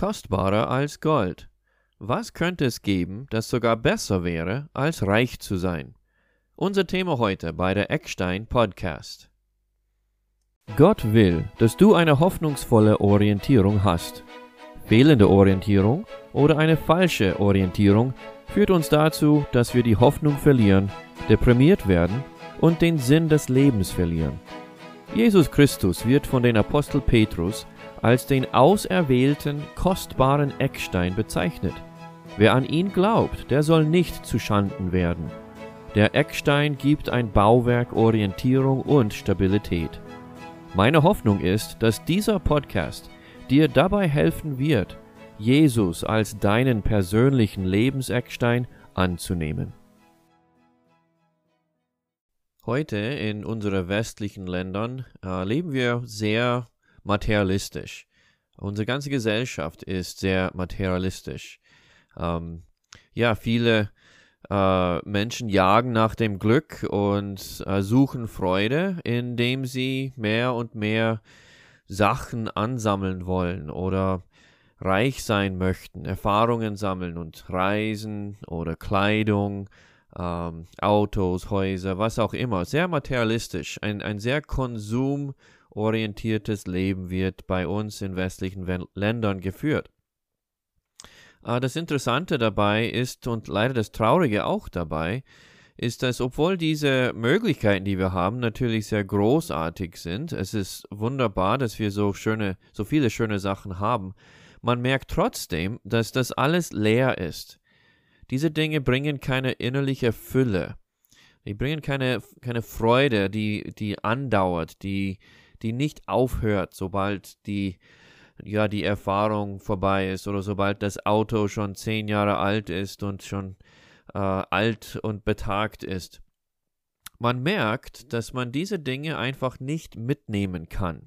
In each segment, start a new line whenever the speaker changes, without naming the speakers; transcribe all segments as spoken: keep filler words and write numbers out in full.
kostbarer als Gold? Was könnte es geben, das sogar besser wäre, als reich zu sein? Unser Thema heute bei der Eckstein Podcast. Gott will, dass du eine hoffnungsvolle Orientierung hast. Fehlende Orientierung oder eine falsche Orientierung führt uns dazu, dass wir die Hoffnung verlieren, deprimiert werden und den Sinn des Lebens verlieren. Jesus Christus wird von den Apostel Petrus als den auserwählten, kostbaren Eckstein bezeichnet. Wer an ihn glaubt, der soll nicht zuschanden werden. Der Eckstein gibt ein Bauwerk Orientierung und Stabilität. Meine Hoffnung ist, dass dieser Podcast dir dabei helfen wird, Jesus als deinen persönlichen Lebenseckstein anzunehmen. Heute in unseren westlichen Ländern äh, leben wir sehr materialistisch. Unsere ganze Gesellschaft ist sehr materialistisch. Ähm, ja, viele äh, Menschen jagen nach dem Glück und äh, suchen Freude, indem sie mehr und mehr Sachen ansammeln wollen oder reich sein möchten, Erfahrungen sammeln und Reisen oder Kleidung, ähm, Autos, Häuser, was auch immer. Sehr materialistisch. Ein, ein sehr konsumorientiertes Leben wird bei uns in westlichen We- Ländern geführt. Äh, das Interessante dabei ist und leider das Traurige auch dabei, ist, dass obwohl diese Möglichkeiten, die wir haben, natürlich sehr großartig sind, es ist wunderbar, dass wir so schöne, so viele schöne Sachen haben, man merkt trotzdem, dass das alles leer ist. Diese Dinge bringen keine innerliche Fülle. Die bringen keine, keine Freude, die, die andauert, die, die nicht aufhört, sobald die, ja, die Erfahrung vorbei ist oder sobald das Auto schon zehn Jahre alt ist und schon äh, alt und betagt ist. Man merkt, dass man diese Dinge einfach nicht mitnehmen kann.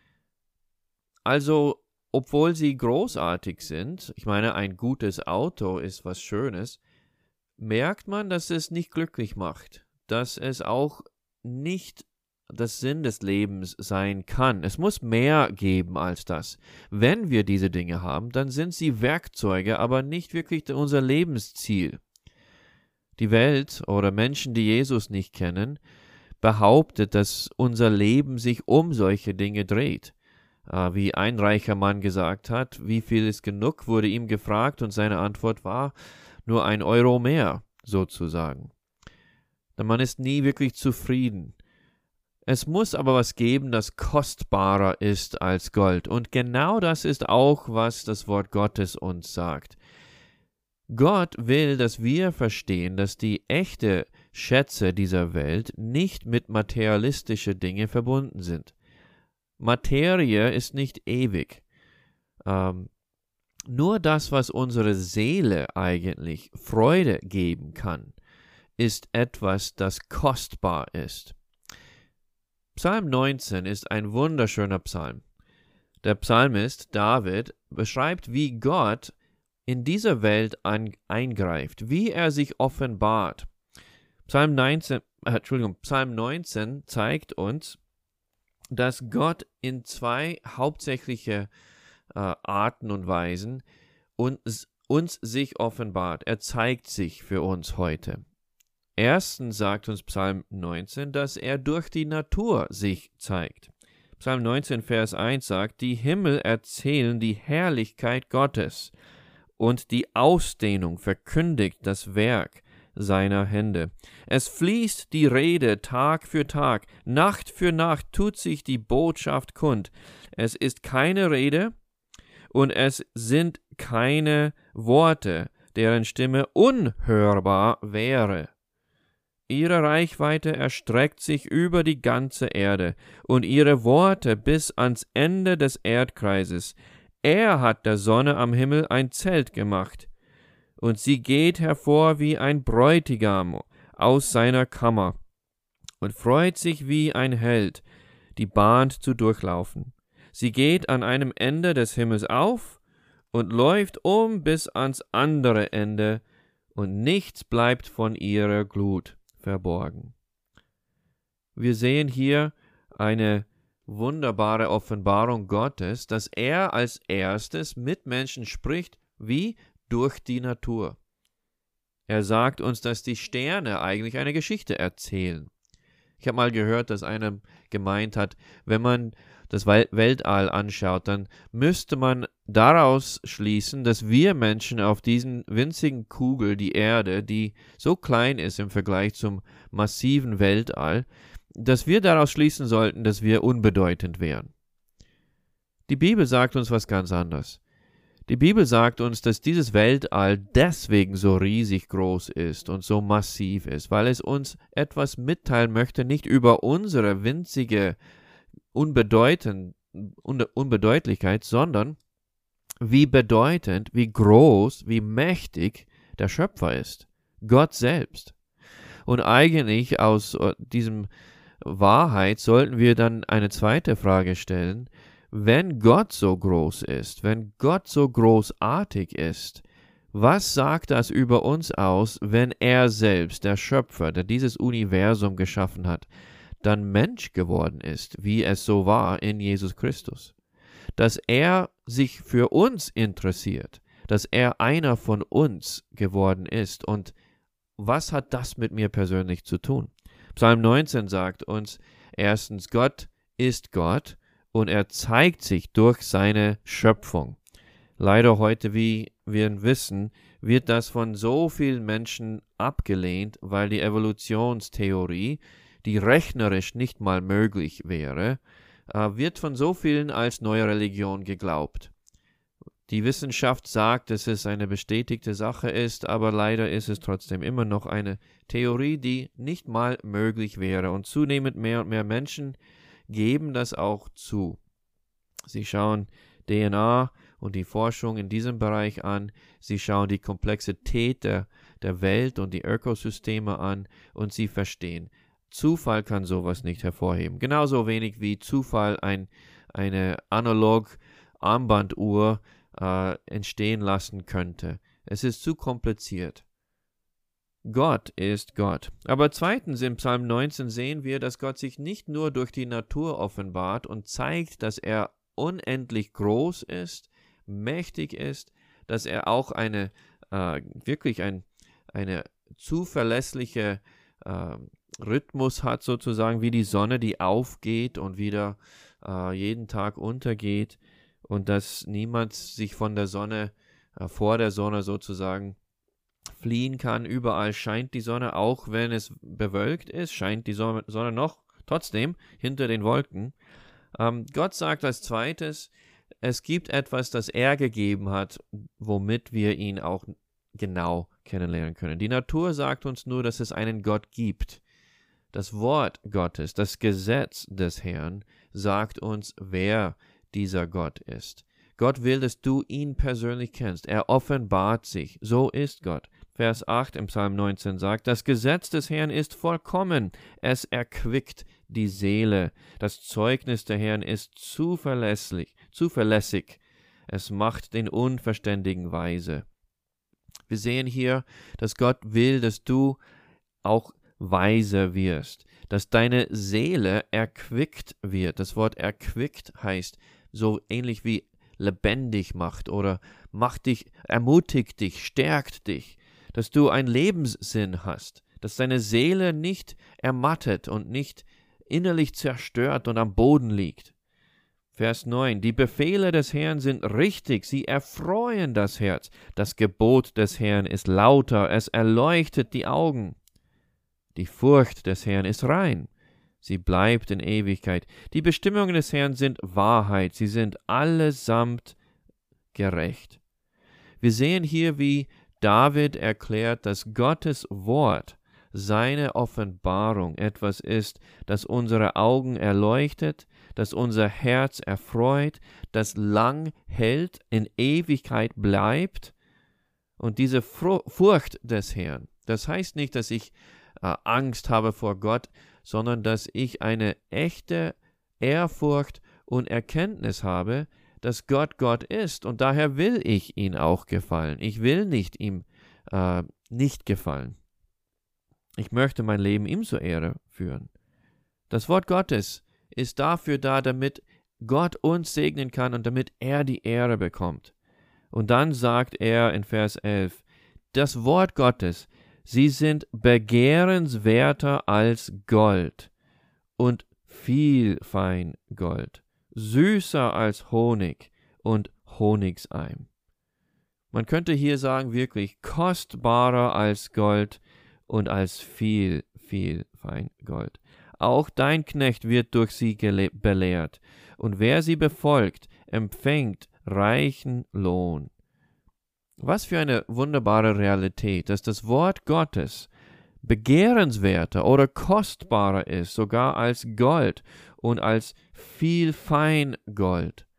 Also, obwohl sie großartig sind, ich meine, ein gutes Auto ist was Schönes, merkt man, dass es nicht glücklich macht, dass es auch nicht das Sinn des Lebens sein kann. Es muss mehr geben als das. Wenn wir diese Dinge haben, dann sind sie Werkzeuge, aber nicht wirklich unser Lebensziel. Die Welt oder Menschen, die Jesus nicht kennen, behauptet, dass unser Leben sich um solche Dinge dreht. Wie ein reicher Mann gesagt hat, wie viel ist genug, wurde ihm gefragt und seine Antwort war, nur ein Euro mehr, sozusagen. Man ist nie wirklich zufrieden. Es muss aber was geben, das kostbarer ist als Gold. Und genau das ist auch, was das Wort Gottes uns sagt. Gott will, dass wir verstehen, dass die echten Schätze dieser Welt nicht mit materialistischen Dingen verbunden sind. Materie ist nicht ewig. Ähm, nur das, was unsere Seele eigentlich Freude geben kann, ist etwas, das kostbar ist. Psalm neunzehn ist ein wunderschöner Psalm. Der Psalmist David beschreibt, wie Gott in dieser Welt an, eingreift, wie er sich offenbart. Psalm neunzehn, äh, Entschuldigung, Psalm neunzehn zeigt uns, dass Gott in zwei hauptsächliche äh, Arten und Weisen uns, uns sich offenbart. Er zeigt sich für uns heute. Erstens sagt uns Psalm neunzehn, dass er durch die Natur sich zeigt. Psalm neunzehn, Vers eins sagt, die Himmel erzählen die Herrlichkeit Gottes und die Ausdehnung verkündigt das Werk seiner Hände. Es fließt die Rede Tag für Tag, Nacht für Nacht tut sich die Botschaft kund. Es ist keine Rede und es sind keine Worte, deren Stimme unhörbar wäre. Ihre Reichweite erstreckt sich über die ganze Erde und ihre Worte bis ans Ende des Erdkreises. Er hat der Sonne am Himmel ein Zelt gemacht. Und sie geht hervor wie ein Bräutigam aus seiner Kammer und freut sich wie ein Held, die Bahn zu durchlaufen. Sie geht an einem Ende des Himmels auf und läuft um bis ans andere Ende, und nichts bleibt von ihrer Glut verborgen. Wir sehen hier eine wunderbare Offenbarung Gottes, dass er als erstes mit Menschen spricht, wie durch die Natur. Er sagt uns, dass die Sterne eigentlich eine Geschichte erzählen. Ich habe mal gehört, dass einer gemeint hat, wenn man das Weltall anschaut, dann müsste man daraus schließen, dass wir Menschen auf diesen winzigen Kugel, die Erde, die so klein ist im Vergleich zum massiven Weltall, dass wir daraus schließen sollten, dass wir unbedeutend wären. Die Bibel sagt uns was ganz anderes. Die Bibel sagt uns, dass dieses Weltall deswegen so riesig groß ist und so massiv ist, weil es uns etwas mitteilen möchte, nicht über unsere winzige Unbedeutend, Unbe- Unbedeutlichkeit, sondern wie bedeutend, wie groß, wie mächtig der Schöpfer ist, Gott selbst. Und eigentlich aus diesem Wahrheit sollten wir dann eine zweite Frage stellen: Wenn Gott so groß ist, wenn Gott so großartig ist, was sagt das über uns aus, wenn er selbst, der Schöpfer, der dieses Universum geschaffen hat, dann Mensch geworden ist, wie es so war in Jesus Christus? Dass er sich für uns interessiert, dass er einer von uns geworden ist. Und was hat das mit mir persönlich zu tun? Psalm neunzehn sagt uns erstens, Gott ist Gott und er zeigt sich durch seine Schöpfung. Leider heute, wie wir wissen, wird das von so vielen Menschen abgelehnt, weil die Evolutionstheorie, die rechnerisch nicht mal möglich wäre, wird von so vielen als neue Religion geglaubt. Die Wissenschaft sagt, dass es eine bestätigte Sache ist, aber leider ist es trotzdem immer noch eine Theorie, die nicht mal möglich wäre. Und zunehmend mehr und mehr Menschen geben das auch zu. Sie schauen D N A und die Forschung in diesem Bereich an. Sie schauen die Komplexität der, der Welt und die Ökosysteme an und sie verstehen, Zufall kann sowas nicht hervorheben. Genauso wenig wie Zufall ein, eine Analog-Armbanduhr äh, entstehen lassen könnte. Es ist zu kompliziert. Gott ist Gott. Aber zweitens im Psalm neunzehn sehen wir, dass Gott sich nicht nur durch die Natur offenbart und zeigt, dass er unendlich groß ist, mächtig ist, dass er auch eine äh, wirklich ein, eine zuverlässliche äh, Rhythmus hat, sozusagen wie die Sonne, die aufgeht und wieder äh, jeden Tag untergeht, und dass niemand sich von der Sonne, äh, vor der Sonne sozusagen fliehen kann. Überall scheint die Sonne, auch wenn es bewölkt ist, scheint die Sonne, Sonne noch trotzdem hinter den Wolken. Ähm, Gott sagt als zweites, es gibt etwas, das er gegeben hat, womit wir ihn auch genau kennenlernen können. Die Natur sagt uns nur, dass es einen Gott gibt. Das Wort Gottes, das Gesetz des Herrn, sagt uns, wer dieser Gott ist. Gott will, dass du ihn persönlich kennst. Er offenbart sich. So ist Gott. Vers acht im Psalm neunzehn sagt, das Gesetz des Herrn ist vollkommen. Es erquickt die Seele. Das Zeugnis der Herrn ist zuverlässig. zuverlässig. Es macht den Unverständigen weise. Wir sehen hier, dass Gott will, dass du auch weise wirst, dass deine Seele erquickt wird. Das Wort erquickt heißt so ähnlich wie lebendig macht oder macht dich, ermutigt dich, stärkt dich, dass du einen Lebenssinn hast, dass deine Seele nicht ermattet und nicht innerlich zerstört und am Boden liegt. Vers neun, die Befehle des Herrn sind richtig, sie erfreuen das Herz. Das Gebot des Herrn ist lauter, es erleuchtet die Augen. Die Furcht des Herrn ist rein, sie bleibt in Ewigkeit. Die Bestimmungen des Herrn sind Wahrheit, sie sind allesamt gerecht. Wir sehen hier, wie David erklärt, dass Gottes Wort, seine Offenbarung etwas ist, das unsere Augen erleuchtet, das unser Herz erfreut, das lang hält, in Ewigkeit bleibt. Und diese Furcht des Herrn, das heißt nicht, dass ich äh, Angst habe vor Gott, sondern dass ich eine echte Ehrfurcht und Erkenntnis habe, dass Gott Gott ist, und daher will ich ihn auch gefallen. Ich will nicht ihm äh, nicht gefallen. Ich möchte mein Leben ihm zur Ehre führen. Das Wort Gottes ist dafür da, damit Gott uns segnen kann und damit er die Ehre bekommt. Und dann sagt er in Vers elf, das Wort Gottes, sie sind begehrenswerter als Gold und viel Feingold, süßer als Honig und Honigseim. Man könnte hier sagen, wirklich kostbarer als Gold und als viel, viel Feingold. Auch dein Knecht wird durch sie belehrt, und wer sie befolgt, empfängt reichen Lohn. Was für eine wunderbare Realität, dass das Wort Gottes begehrenswerter oder kostbarer ist, sogar als Gold und als viel Feingold.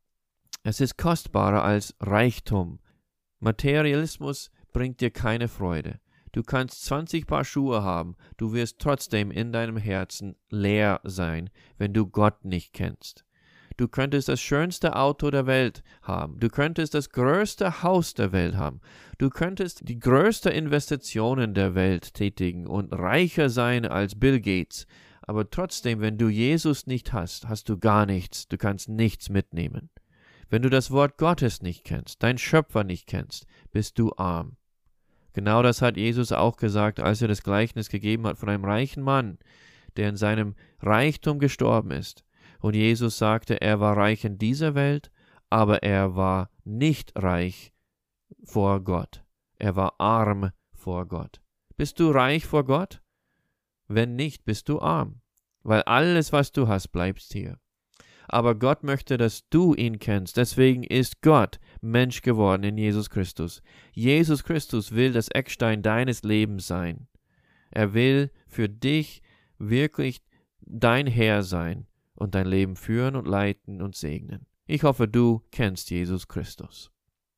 Es ist kostbarer als Reichtum. Materialismus bringt dir keine Freude. Du kannst zwanzig Paar Schuhe haben, du wirst trotzdem in deinem Herzen leer sein, wenn du Gott nicht kennst. Du könntest das schönste Auto der Welt haben, du könntest das größte Haus der Welt haben, du könntest die größte Investitionen der Welt tätigen und reicher sein als Bill Gates, aber trotzdem, wenn du Jesus nicht hast, hast du gar nichts, du kannst nichts mitnehmen. Wenn du das Wort Gottes nicht kennst, deinen Schöpfer nicht kennst, bist du arm. Genau das hat Jesus auch gesagt, als er das Gleichnis gegeben hat von einem reichen Mann, der in seinem Reichtum gestorben ist. Und Jesus sagte, er war reich in dieser Welt, aber er war nicht reich vor Gott. Er war arm vor Gott. Bist du reich vor Gott? Wenn nicht, bist du arm, weil alles, was du hast, bleibst hier. Aber Gott möchte, dass du ihn kennst. Deswegen ist Gott Mensch geworden in Jesus Christus. Jesus Christus will das Eckstein deines Lebens sein. Er will für dich wirklich dein Herr sein und dein Leben führen und leiten und segnen. Ich hoffe, du kennst Jesus Christus.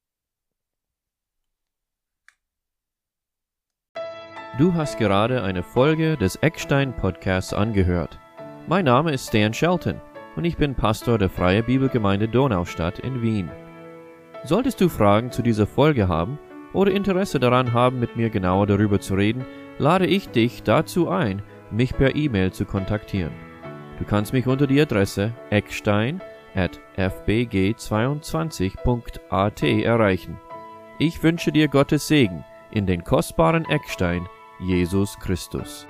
Du hast gerade eine Folge des Eckstein-Podcasts angehört. Mein Name ist Stan Shelton und ich bin Pastor der Freie Bibelgemeinde Donaustadt in Wien. Solltest du Fragen zu dieser Folge haben oder Interesse daran haben, mit mir genauer darüber zu reden, lade ich dich dazu ein, mich per E-Mail zu kontaktieren. Du kannst mich unter die Adresse eckstein at f b g zweiundzwanzig punkt a t erreichen. Ich wünsche dir Gottes Segen in den kostbaren Eckstein, Jesus Christus.